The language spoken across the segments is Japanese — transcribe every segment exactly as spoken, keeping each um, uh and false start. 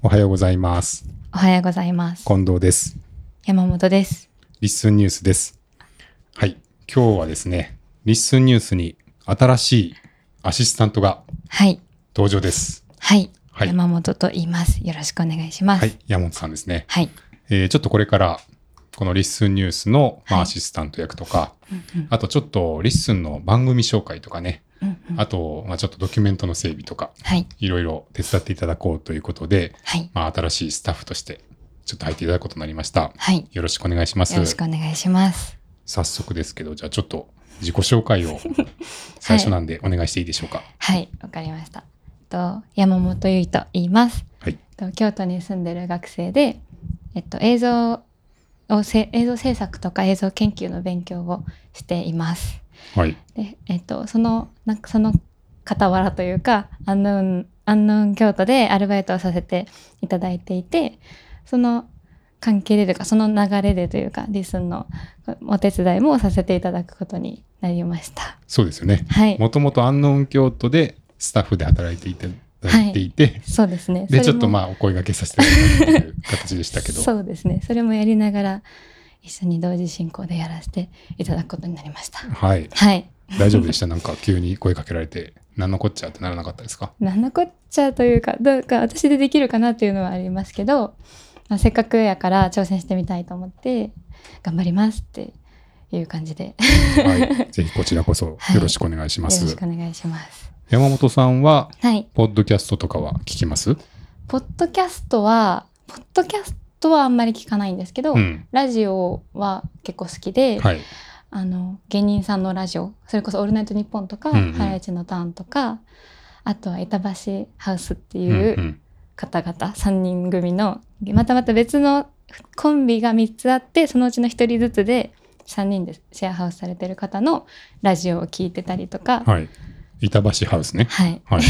おはようございます。 おはようございます。 近藤です。 山本です。 リッスンニュースです。はい、今日はですね、リッスンニュースに新しいアシスタントが登場です。 はい、 はい、 山本と言います。よろしくお願いします。 はい、山本さんですね。 はい、 えー、ちょっとこれからこのリッスンニュースの、まあ、アシスタント役とか、うんうん、あとちょっとリッスンの番組紹介とかね、うんうん、あと、まあ、ちょっとドキュメントの整備とか、はい、いろいろ手伝っていただこうということで、はい、まあ、新しいスタッフとしてちょっと入っていただくことになりました。はい、よろしくお願いします。 よろしくお願いします。 早速ですけど、じゃあちょっと自己紹介を最初なんでお願いしていいでしょうか。 はい、わかりました。と山本結衣と言います。はい、と京都に住んでる学生で、えっと、映像をせ映像制作とか映像研究の勉強をしています。はい。で、えっと、そのなんかその傍らというかアンノウンアンノウン京都でアルバイトをさせていただいていて、その関係でというかその流れでというかリスンのお手伝いもさせていただくことになりました。 そうですよね。はい。もともとアンノウン京都でスタッフで働いていて。はい、いてそうですね。 でちょっとまあお声掛けさせていただいたという形でしたけどそうですね。それもやりながら一緒に同時進行でやらせていただくことになりました。 はい、はい、大丈夫でした？なんか急に声かけられて何のこっちゃってならなかったですか？ 何のこっちゃというかどうか私でできるかなというのはありますけど、まあ、せっかくやから挑戦してみたいと思って頑張りますっていう感じで、 はい、ぜひこちらこそよろしくお願いします。 はい、よろしくお願いします。 山本さんは、はい、ポッドキャストとかは聞きます？ ポッドキャストはポッドキャストはあんまり聞かないんですけど、うん、ラジオは結構好きで、はい、あの芸人さんのラジオ、それこそオールナイトニッポンとか、うんうん、ハライチのターンとか、あとは板橋ハウスっていう方々、うんうん、さんにん組のまたまた別のコンビがみっつあって、そのうちのひとりずつでさんにんでシェアハウスされてる方のラジオを聞いてたりとか、 はい、板橋ハウスね、 はい、はい、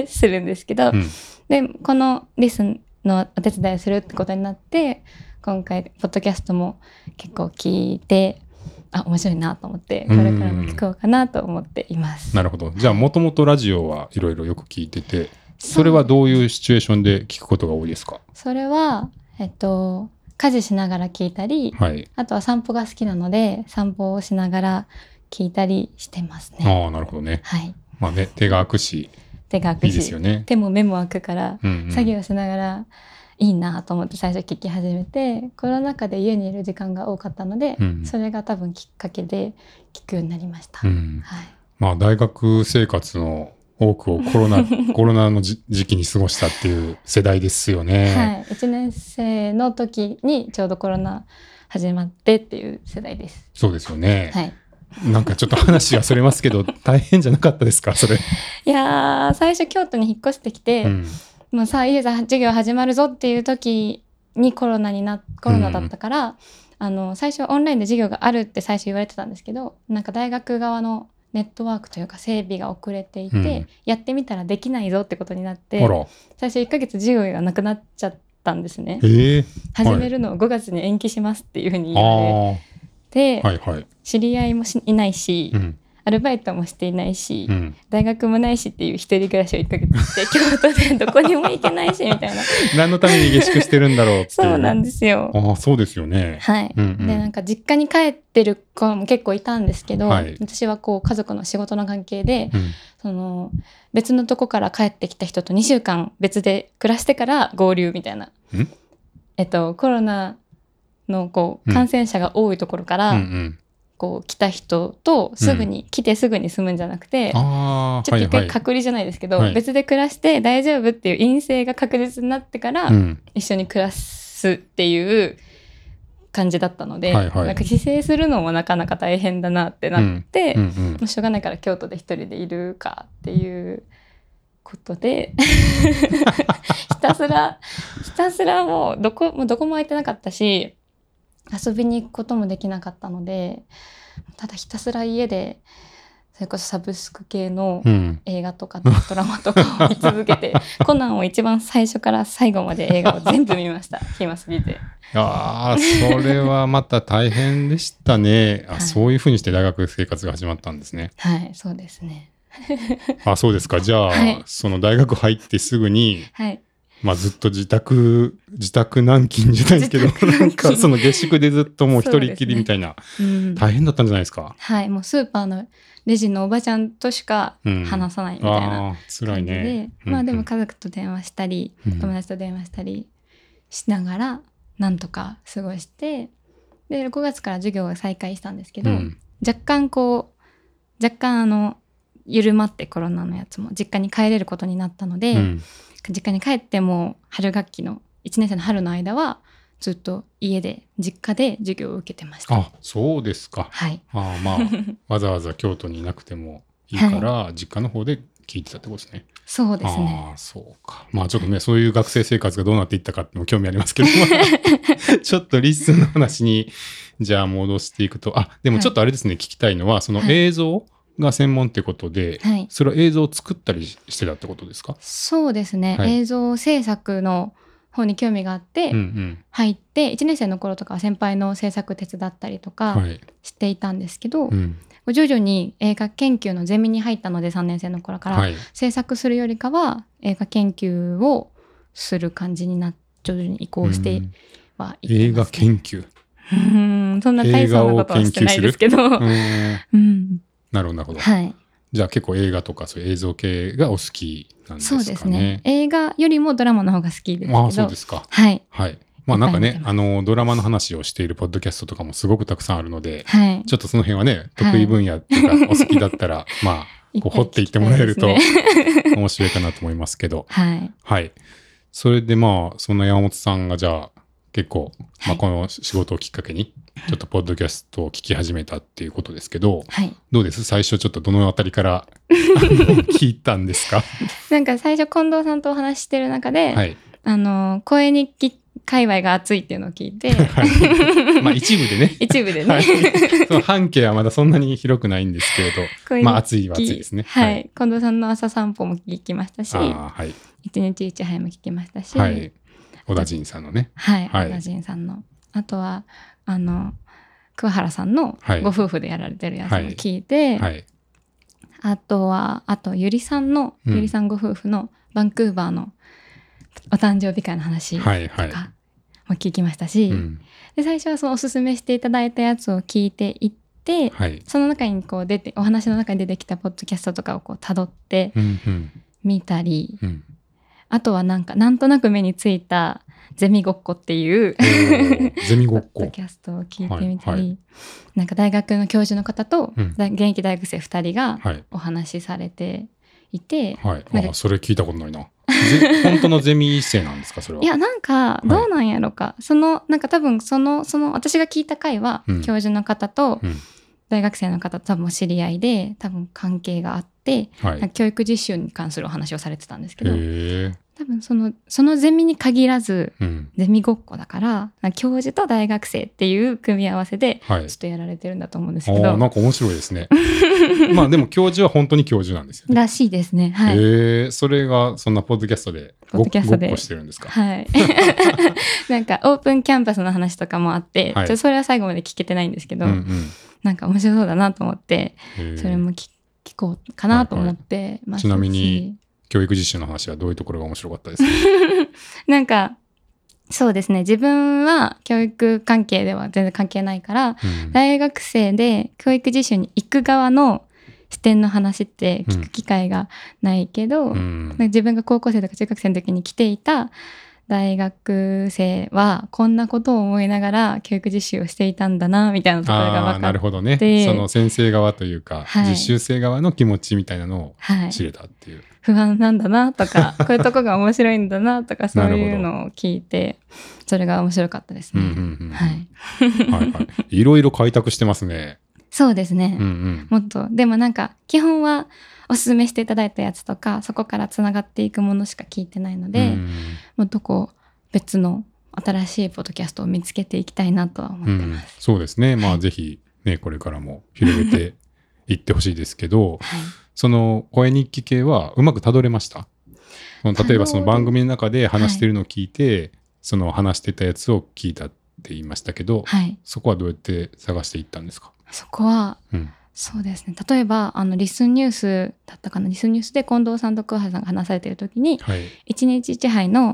するんですけど、うん、でこのリスンのお手伝いをするってことになって今回ポッドキャストも結構聞いて、あ面白いなと思ってこれからも聞こうかなと思っています。 なるほど。じゃあもともとラジオはいろいろよく聞いてて、それはどういうシチュエーションで聞くことが多いですか？ それはえっと家事しながら聞いたり、はい、あとは散歩が好きなので散歩をしながら聞いたりしてますね。 ああ、なるほどね。はい。まあね、手が空くし、 手が空くし、 いいですよね。 手も目も空くから、うんうん、作業しながらいいなと思って最初聞き始めて、コロナ禍で家にいる時間が多かったので、うん、それが多分きっかけで聞くようになりました。うん、はい。 まあ大学生活の多くをコロナコロナの時期に過ごしたっていう世代ですよね。 はい。いちねん生の時にちょうどコロナ始まってっていう世代です。 そうですよね。はい。なんかちょっと話はそれますけど大変じゃなかったですかそれ？ いやー最初京都に引っ越してきて、うん、もうさあいざ授業始まるぞっていう時にコロナになコロナだったから、うん、あの最初オンラインで授業があるって最初言われてたんですけど、なんか大学側のネットワークというか整備が遅れていて、うん、やってみたらできないぞってことになって最初いっかげつ授業がなくなっちゃったんですね。えー、始めるのをごがつに延期しますっていうふうに言われて、はいはい、知り合いもしいないし、うん、アルバイトもしていないし、うん、大学もないしっていう一人暮らしをいっかげつして京都でどこにも行けないしみたいな何のために下宿してるんだろうっていうそうなんですよ。 ああそうですよね。 はい、うんうん、でなんか実家に帰ってる子も結構いたんですけど、はい、私はこう家族の仕事の関係で、うん、その別のとこから帰ってきた人とにしゅうかん別で暮らしてから合流みたいな、えっと、コロナのこう感染者が多いところから、うんうんうんこう来た人とすぐに、うん、来てすぐに住むんじゃなくて、あちょっと一回隔離じゃないですけど、はいはい、別で暮らして大丈夫っていう陰性が確実になってから、うん、一緒に暮らすっていう感じだったので、はいはい、なんか帰省するのもなかなか大変だなってなって、うんうんうん、もうしょうがないから京都で一人でいるかっていうことでひたすらひたすらもうどこもどこも空いてなかったし遊びに行くこともできなかったので、ただひたすら家でそれこそサブスク系の映画とかドラマとかを見続けて、うん、コナンを一番最初から最後まで映画を全部見ました暇すぎて。 ああそれはまた大変でしたね。あ、はい、そういうふうにして大学生活が始まったんですね。 はいそうですね。 あそうですか。じゃあ、はい、その大学入ってすぐに、はいまあずっと自宅自宅軟禁じゃないですけどなんかその下宿でずっともう一人っきりみたいな、ねうん、大変だったんじゃないですか。 はいもうスーパーのレジのおばちゃんとしか話さないみたいな感じで、うん、辛いね、まあでも家族と電話したり、うん、友達と電話したりしながらなんとか過ごして、でごがつから授業が再開したんですけど、うん、若干こう若干あの緩まってコロナのやつも実家に帰れることになったので、うん、実家に帰っても春学期のいちねん生の春の間はずっと家で実家で授業を受けてました。 あ、そうですか。 はい。 あまあわざわざ京都にいなくてもいいから、はい、実家の方で聞いてたってことですね。 そうですね。 あそうか。まあちょっとねそういう学生生活がどうなっていったかっても興味ありますけどちょっとリッスンの話にじゃあ戻していくと、あでもちょっとあれですね、はい、聞きたいのはその映像が専門ってことで、はい、それは映像を作ったりしてたってことですか？ そうですね、はい、映像制作の方に興味があって入って、うんうん、いちねん生の頃とか先輩の制作手伝ったりとかしていたんですけど、はいうん、徐々に映画研究のゼミに入ったのでさんねん生の頃から、はい、制作するよりかは映画研究をする感じにな徐々に移行してはいってます、ね、 映画研究うんそんな大層なことはしてないですけどうんなるほどなるほど、 はい、 じゃあ結構映画とかそういう映像系がお好きなんですかね。 そうですね。映画よりもドラマの方が好きですけど。 ああそうですか。 はい。 はい。まあなんかねあのドラマの話をしているポッドキャストとかもすごくたくさんあるので、はい、ちょっとその辺はね得意分野っていうか、お好きだったらまあこう掘っていってもらえると面白いかなと思いますけど、 はい。 はい。それでまあそんな山本さんがじゃあ結構、まあ、この仕事をきっかけにちょっとポッドキャストを聞き始めたっていうことですけど、はい、どうです最初ちょっとどのあたりから聞いたんですか？ なんか最初近藤さんとお話ししてる中で、はい、あの声日記界隈が熱いっていうのを聞いて、 はい、まあ一部でね一部でね、はい、 その半径はまだそんなに広くないんですけれどまあ熱いは熱いですね、 はいはい、近藤さんの朝散歩も聞きましたし、あ、はい、一日一杯も聞きましたし、 はい小田陣さんのね、 はい、はい、小田陣さんのあとはあの桑原さんのご夫婦でやられてるやつも聞いて、はいはい、あとはあとゆりさんの、うん、ゆりさんご夫婦のバンクーバーのお誕生日会の話とかも聞きましたし、はいはいうん、で最初はそのおすすめしていただいたやつを聞いていって、はい、その中にこう出てお話の中に出てきたポッドキャストとかをこう辿ってみたり、うんうんあとはなんかなんとなく目についたゼミごっこっていうゼミごっこポッドキャストを聞いてみたり、はいはい、なんか大学の教授の方と、うん、現役大学生ふたりがお話しされていて、 はいはい、あそれ聞いたことないな本当のゼミ生なんですかそれは。 いやなんかどうなんやろか、はい、そのなんか多分そのその私が聞いた回は、うん、教授の方と大学生の方と多分知り合いで多分関係があって、はい、教育実習に関するお話をされてたんですけど、多分そのそのゼミに限らず、うん、ゼミごっこだから教授と大学生っていう組み合わせでちょっとやられてるんだと思うんですけど、はい、 あなんか面白いですねまあでも教授は本当に教授なんですよね。 らしいですね。はい。 えー、それがそんなポッドキャストで ご, ごっこしてるんですか？ はいなんかオープンキャンパスの話とかもあって、はい、ちょそれは最後まで聞けてないんですけど、うんうん、なんか面白そうだなと思ってそれも 聞, 聞こうかなと思ってますし、 はいはい、ちなみに教育実習の話はどういうところが面白かったですか？ なんかそうですね自分は教育関係では全然関係ないから、うん、大学生で教育実習に行く側の視点の話って聞く機会がないけど、うん、なんか自分が高校生とか中学生の時に来ていた大学生はこんなことを思いながら教育実習をしていたんだなみたいなところが分かって、 なるほどね、その先生側というか、はい、実習生側の気持ちみたいなのを知れたっていう、はい、 不安なんだなとかこういうとこが面白いんだなとかそういうのを聞いてそれが面白かったですね。 はいはい、いろいろ開拓してますね。 そうですね、うんうん、もっとでもなんか基本はおすすめしていただいたやつとかそこからつながっていくものしか聞いてないので、うん、もっとこう別の新しいポッドキャストを見つけていきたいなとは思ってます、うん、 そうですね、まあ、はい、ぜひ、ね、これからも広げていってほしいですけど、はい、その声日記系はうまくたどれました？例えばその番組の中で話してるのを聞いて、はい、その話してたやつを聞いたって言いましたけど、はい、そこはどうやって探していったんですか？ そこは、うんそうですね、例えばあのリスンニュースだったかなリスンニュースで近藤さんと桑原さんが話されている時に、はい、いちにちいち杯の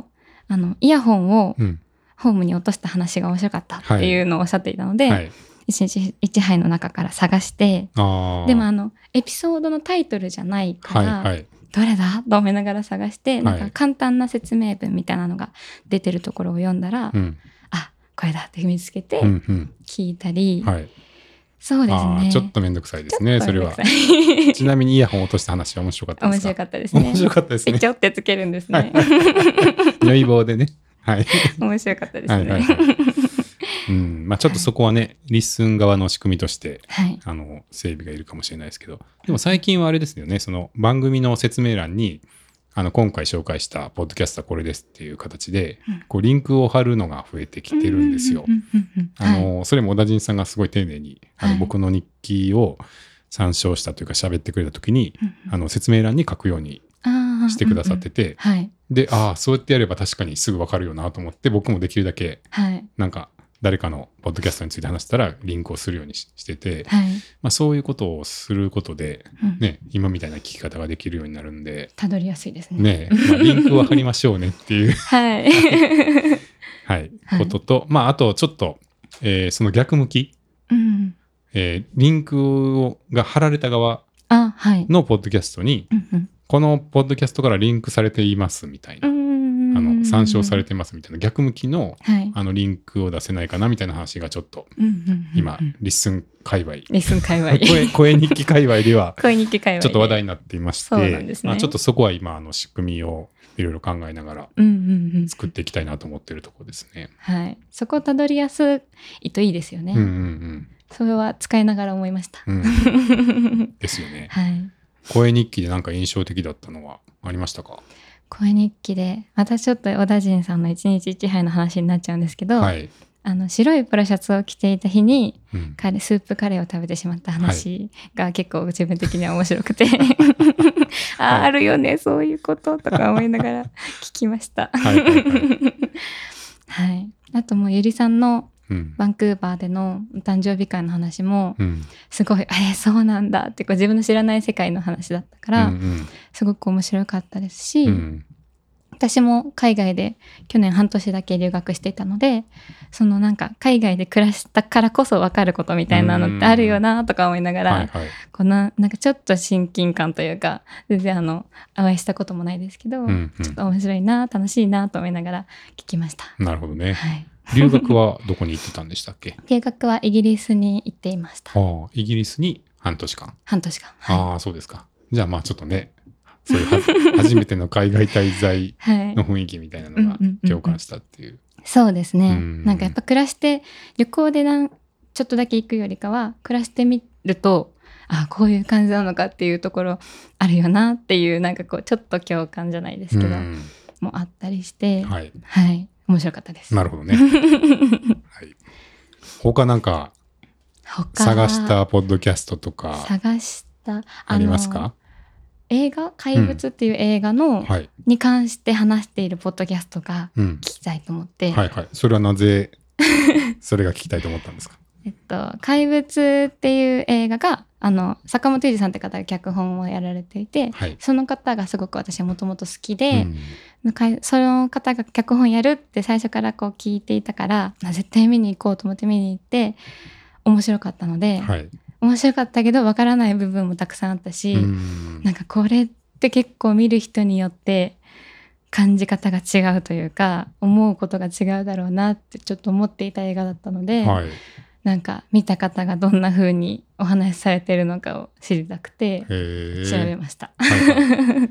あのイヤホンをホームに落とした話が面白かったっていうのをおっしゃっていたので、はいはい、一日一杯の中から探して、あでもあのエピソードのタイトルじゃないから、はいはい、どれだと思いながら探して、なんか簡単な説明文みたいなのが出てるところを読んだら、うん、あこれだって見つけて聞いたり、うんうんはい、そうですね。 ちょっとめんどくさいですね、それは。ちなみにイヤホン落とした話は面白かったですか？ 面白かったですね。 面白かったですね。 ちょってつけるんですね。 如意棒でね。はい。 面白かったですね。はいはいはいうん、まあちょっとそこはね、はい、リッスン側の仕組みとして、はい、あの整備がいるかもしれないですけど、でも最近はあれですよね、その番組の説明欄にあの今回紹介したポッドキャストはこれですっていう形で、うん、こうリンクを貼るのが増えてきてるんですよ。あのそれも小田陣さんがすごい丁寧にあの僕の日記を参照したというか喋ってくれた時に、はい、あの説明欄に書くようにしてくださってて、うんうんはい、でああそうやってやれば確かにすぐ分かるよなと思って、僕もできるだけなんか誰かのポッドキャストについて話したらリンクをするように し, してて、はいまあ、そういうことをすることで、ねうん、今みたいな聞き方ができるようになるんでたどりやすいですね。 ねまあ、リンクを貼りましょうねっていう、はいはい、ことと、まあ、あとちょっと、えー、その逆向き、うんえー、リンクをが貼られた側のポッドキャストに、はいうんうん、このポッドキャストからリンクされていますみたいな、うんあの参照されてますみたいな逆向き の,、はい、あのリンクを出せないかなみたいな話がちょっと、うんうんうんうん、今リッスン界隈リッスン界隈声, 声日記界隈では声日記界隈ちょっと話題になっていまして、そうなんですね、まあ、ちょっとそこは今あの仕組みをいろいろ考えながら作っていきたいなと思っているところですね、 うんうんうんはい、そこをたどりやすいといいですよね、うんうんうん、それは使いながら思いました、うん、 ですよね、はい、声日記で何か印象的だったのはありましたか？ 声日記でまたちょっと小田陣さんの一日一杯の話になっちゃうんですけど、はい、あの白いポロシャツを着ていた日に、うん、カレスープカレーを食べてしまった話が結構自分的には面白くて、はい、あ, あ, あるよねそういうこととか思いながら聞きましたはいはい、はいはい、あともうゆりさんのバンクーバーでのお誕生日会の話もすごい、うん、えー、そうなんだってこう自分の知らない世界の話だったから、うんうん、すごく面白かったですし、うん、私も海外で去年半年だけ留学していたので、そのなんか海外で暮らしたからこそ分かることみたいなのってあるよなとか思いながら、はいはい、こんな、なんかちょっと親近感というか、全然あのお会いしたこともないですけど、うんうん、ちょっと面白いな楽しいなと思いながら聞きました。 なるほどね、はい留学はどこに行ってたんでしたっけ？ 留学はイギリスに行っていました。 ああ、イギリスに半年間。 半年間。 はい、ああ、そうですか。じゃあまあちょっとね、そういうは初めての海外滞在の雰囲気みたいなのが共感したっていう。はい、 そうですね。んなんかやっぱ暮らして旅行でなんちょっとだけ行くよりかは暮らしてみると、あこういう感じなのかっていうところあるよなっていうなんかこうちょっと共感じゃないですけど、もあったりして、はい。はい面白かったです。 なるほどね。はい、他なんか探したポッドキャストとか探したありますか？ 映画怪物っていう映画の、うんはい、に関して話しているポッドキャストが聞きたいと思って、 うん、はいはい。それはなぜそれが聞きたいと思ったんですか？ えっと、怪物っていう映画があの坂本龍二さんって方が脚本をやられていて、はい、その方がすごく私はもともと好きで、うん、その方が脚本やるって最初からこう聞いていたから絶対見に行こうと思って見に行って面白かったので、はい、面白かったけどわからない部分もたくさんあったし、うん、なんかこれって結構見る人によって感じ方が違うというか思うことが違うだろうなってちょっと思っていた映画だったので、はいなんか見た方がどんな風にお話しされているのかを知りたくて調べました、はいはい、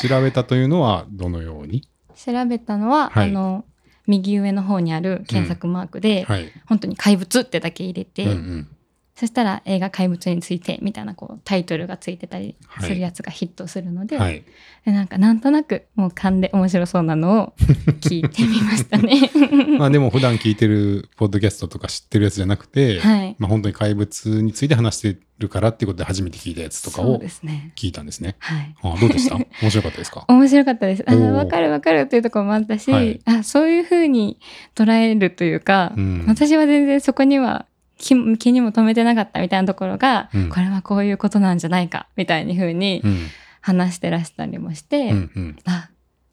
調べたというのはどのように？ 調べたのは、はい、あの右上の方にある検索マークで、うんはい、本当に怪物ってだけ入れて、うんうん、そしたら映画怪物についてみたいなこうタイトルがついてたりするやつがヒットするので、はい、でなんかなんとなくもう勘で面白そうなのを聞いてみましたねまあでも普段聞いてるポッドキャストとか知ってるやつじゃなくて、はいまあ、本当に怪物について話してるからっていうことで初めて聞いたやつとかを聞いたんですね。はい、あどうでした？面白かったですか？ 面白かったです。あ分かる分かるっていうところもあったし、はい、あそういうふうに捉えるというか、うん、私は全然そこには気, 気にも留めてなかったみたいなところが、うん、これはこういうことなんじゃないかみたいに風に話してらしたりもして、うんうん、あ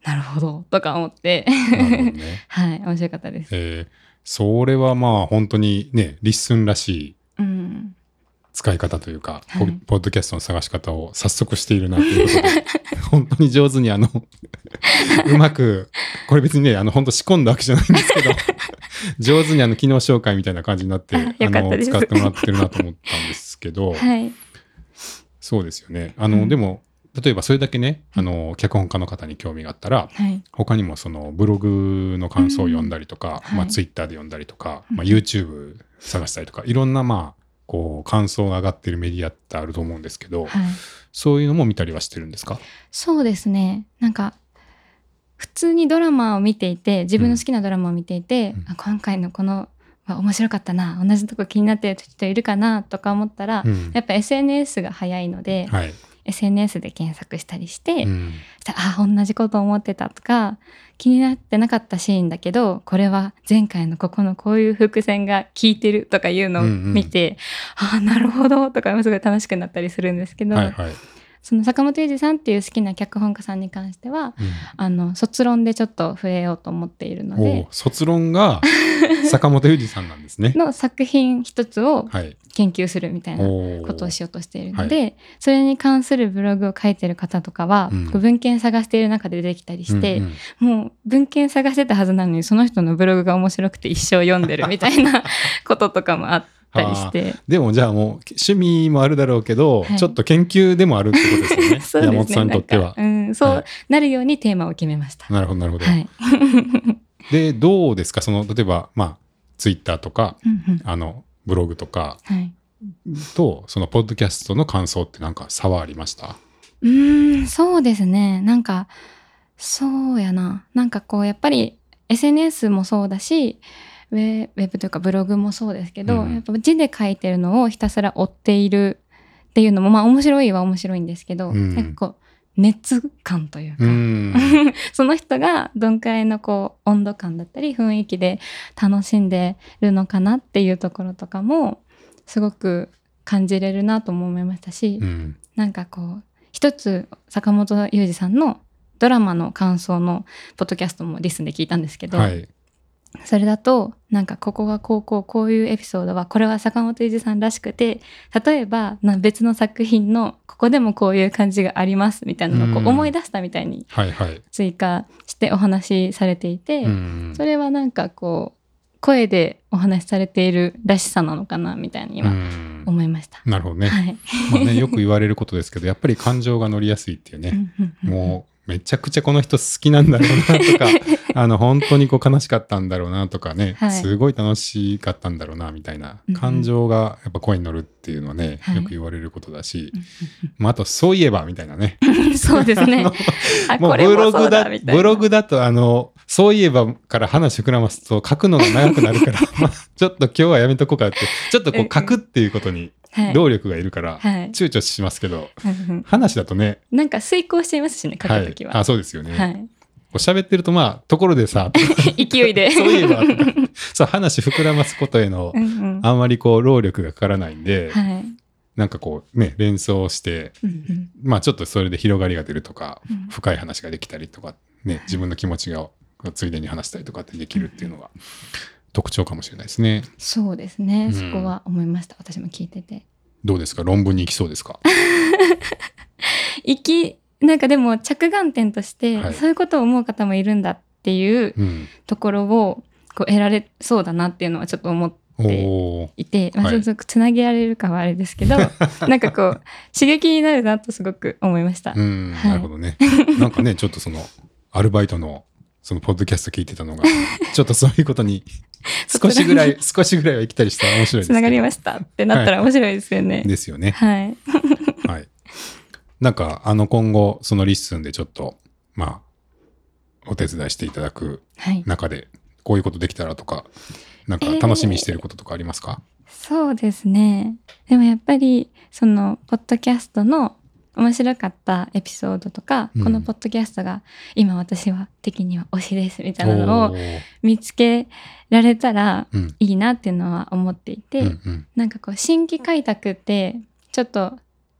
なるほどとか思ってなるほどねはい面白かったです。 えー、それはまあ本当にねリッスンらしい使い方というか、うんはい、ポッドキャストの探し方を早速しているなということで本当に上手にあのうまくこれ別にねあの本当仕込んだわけじゃないんですけど上手にあの機能紹介みたいな感じになってあの使ってもらってるなと思ったんですけど、はい、そうですよねあの、うん、でも例えばそれだけねあの脚本家の方に興味があったら、はい、他にもそのブログの感想を読んだりとか、うんまあ、ツイッターで読んだりとか、はいまあ、YouTube 探したりとかいろんなまあこう感想が上がってるメディアってあると思うんですけど、はい、そういうのも見たりはしてるんですか？ そうですねなんか普通にドラマを見ていて自分の好きなドラマを見ていて、うん、あ今回のこの面白かったな同じとこ気になってる人いるかなとか思ったら、うん、やっぱ エスエヌエス が早いので、はい、エスエヌエス で検索したりして、うん、あ同じこと思ってたとか気になってなかったシーンだけどこれは前回のここのこういう伏線が効いてるとかいうのを見て、うんうん、あなるほどとかすごい楽しくなったりするんですけど、はいはい、その坂本龍二さんっていう好きな脚本家さんに関しては、うん、あの卒論でちょっと触れようと思っているので卒論が坂本龍二さんなんですねの作品一つを研究するみたいなことをしようとしているので、はい、それに関するブログを書いてる方とかは、うん、文献探している中で出てきたりして、うんうん、もう文献探してたはずなのにその人のブログが面白くて一生読んでるみたいなこととかもあってたりしてでもじゃあもう趣味もあるだろうけど、はい、ちょっと研究でもあるってことですよねそうですね山本さんにとっては、 うん、そうなるようにテーマを決めました。 なるほどなるほど、はい、でどうですかその例えばまあツイッターとか、うんうん、あのブログとか、はい、とそのポッドキャストの感想ってなんか差はありました？ うーんそうですねなんかそうやななんかこうやっぱり エスエヌエス もそうだしウェブというかブログもそうですけど、うん、やっぱ字で書いてるのをひたすら追っているっていうのもまあ面白いは面白いんですけど、うん、なんかこう熱感というか、うん、その人がどんくらいのこう温度感だったり雰囲気で楽しんでるのかなっていうところとかもすごく感じれるなとも思いましたし、うん、なんかこう一つ坂本龍二さんのドラマの感想のポッドキャストもリスンで聞いたんですけど、はいそれだとなんかここがこうこうこういうエピソードはこれは坂本龍二さんらしくて例えば別の作品のここでもこういう感じがありますみたいなのをこう思い出したみたいに追加してお話しされていて、はいはい、それはなんかこう声でお話しされているらしさなのかなみたいに今思いました。 なるほどね、はいまあねよく言われることですけどやっぱり感情が乗りやすいっていうねもうめちゃくちゃこの人好きなんだろうなとかあの本当にこう悲しかったんだろうなとかね、はい、すごい楽しかったんだろうなみたいな感情がやっぱ声に乗るっていうのはね、うん、よく言われることだし、はいまあ、あとそういえばみたいなねそうですねもうブログだブログだとあのそういえばから話膨らますと書くのが長くなるからまあちょっと今日はやめとこうかってちょっとこう書くっていうことに労力がいるから躊躇しますけど、はい、話だとねなんか遂行しちゃいますしね書くときは、 はい、あそうですよね、はい、こう喋ってるとまあところでさ勢いでそういえばとかそう話膨らますことへのうん、あんまりこう労力がかからないんで、はい、なんかこうね連想して、うんうん、まあちょっとそれで広がりが出るとか、うん、深い話ができたりとかね自分の気持ちがついでに話したりとかってできるっていうのが、うん特徴かもしれないですね。 そうですね、うん、そこは思いました。私も聞いてて。 どうですか論文に行きそうですか行きなんかでも着眼点として、はい、そういうことを思う方もいるんだっていうところをこう得られそうだなっていうのはちょっと思っていて、まあ、はい、つなげられるかはあれですけどなんかこう刺激になるなとすごく思いました。 うん、はい、なるほどね。なんかねちょっとそのアルバイトのそのポッドキャスト聞いてたのがちょっとそういうことに少しぐらい少しぐらいは生きたりしたら面白いですね。つながりましたってなったら面白いですよね。 はい、ですよね。 はい。 はい。なんかあの今後そのリッスンでちょっとまあお手伝いしていただく中でこういうことできたらとかなんか楽しみにしてることとかありますか？ えー、そうですね。でもやっぱりそのポッドキャストの面白かったエピソードとか、うん、このポッドキャストが今私は的には推しですみたいなのを見つけられたらいいなっていうのは思っていて、うんうん、なんかこう新規開拓ってちょっと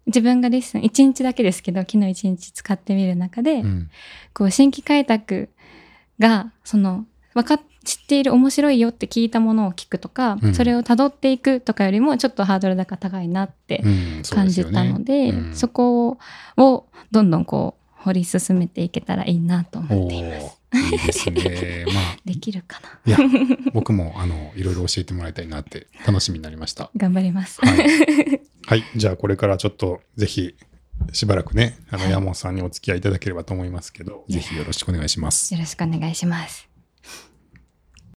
自分がリッスンいちにちだけですけど昨日いちにち使ってみる中で、うん、こう新規開拓がその分かっ知っている面白いよって聞いたものを聞くとか、うん、それを辿っていくとかよりもちょっとハードルが高いなって感じたので、うん そ, で、ねうん、そこをどんどんこう掘り進めていけたらいいなと思っています。 いいですね。まあ、 できるかな。 いや、僕もあのいろいろ教えてもらいたいなって楽しみになりました。 頑張ります。 はい、はい、じゃあこれからちょっとぜひしばらくね、あの、はい、山本さんにお付き合いいただければと思いますけど、ぜひよろしくお願いします。 よろしくお願いします。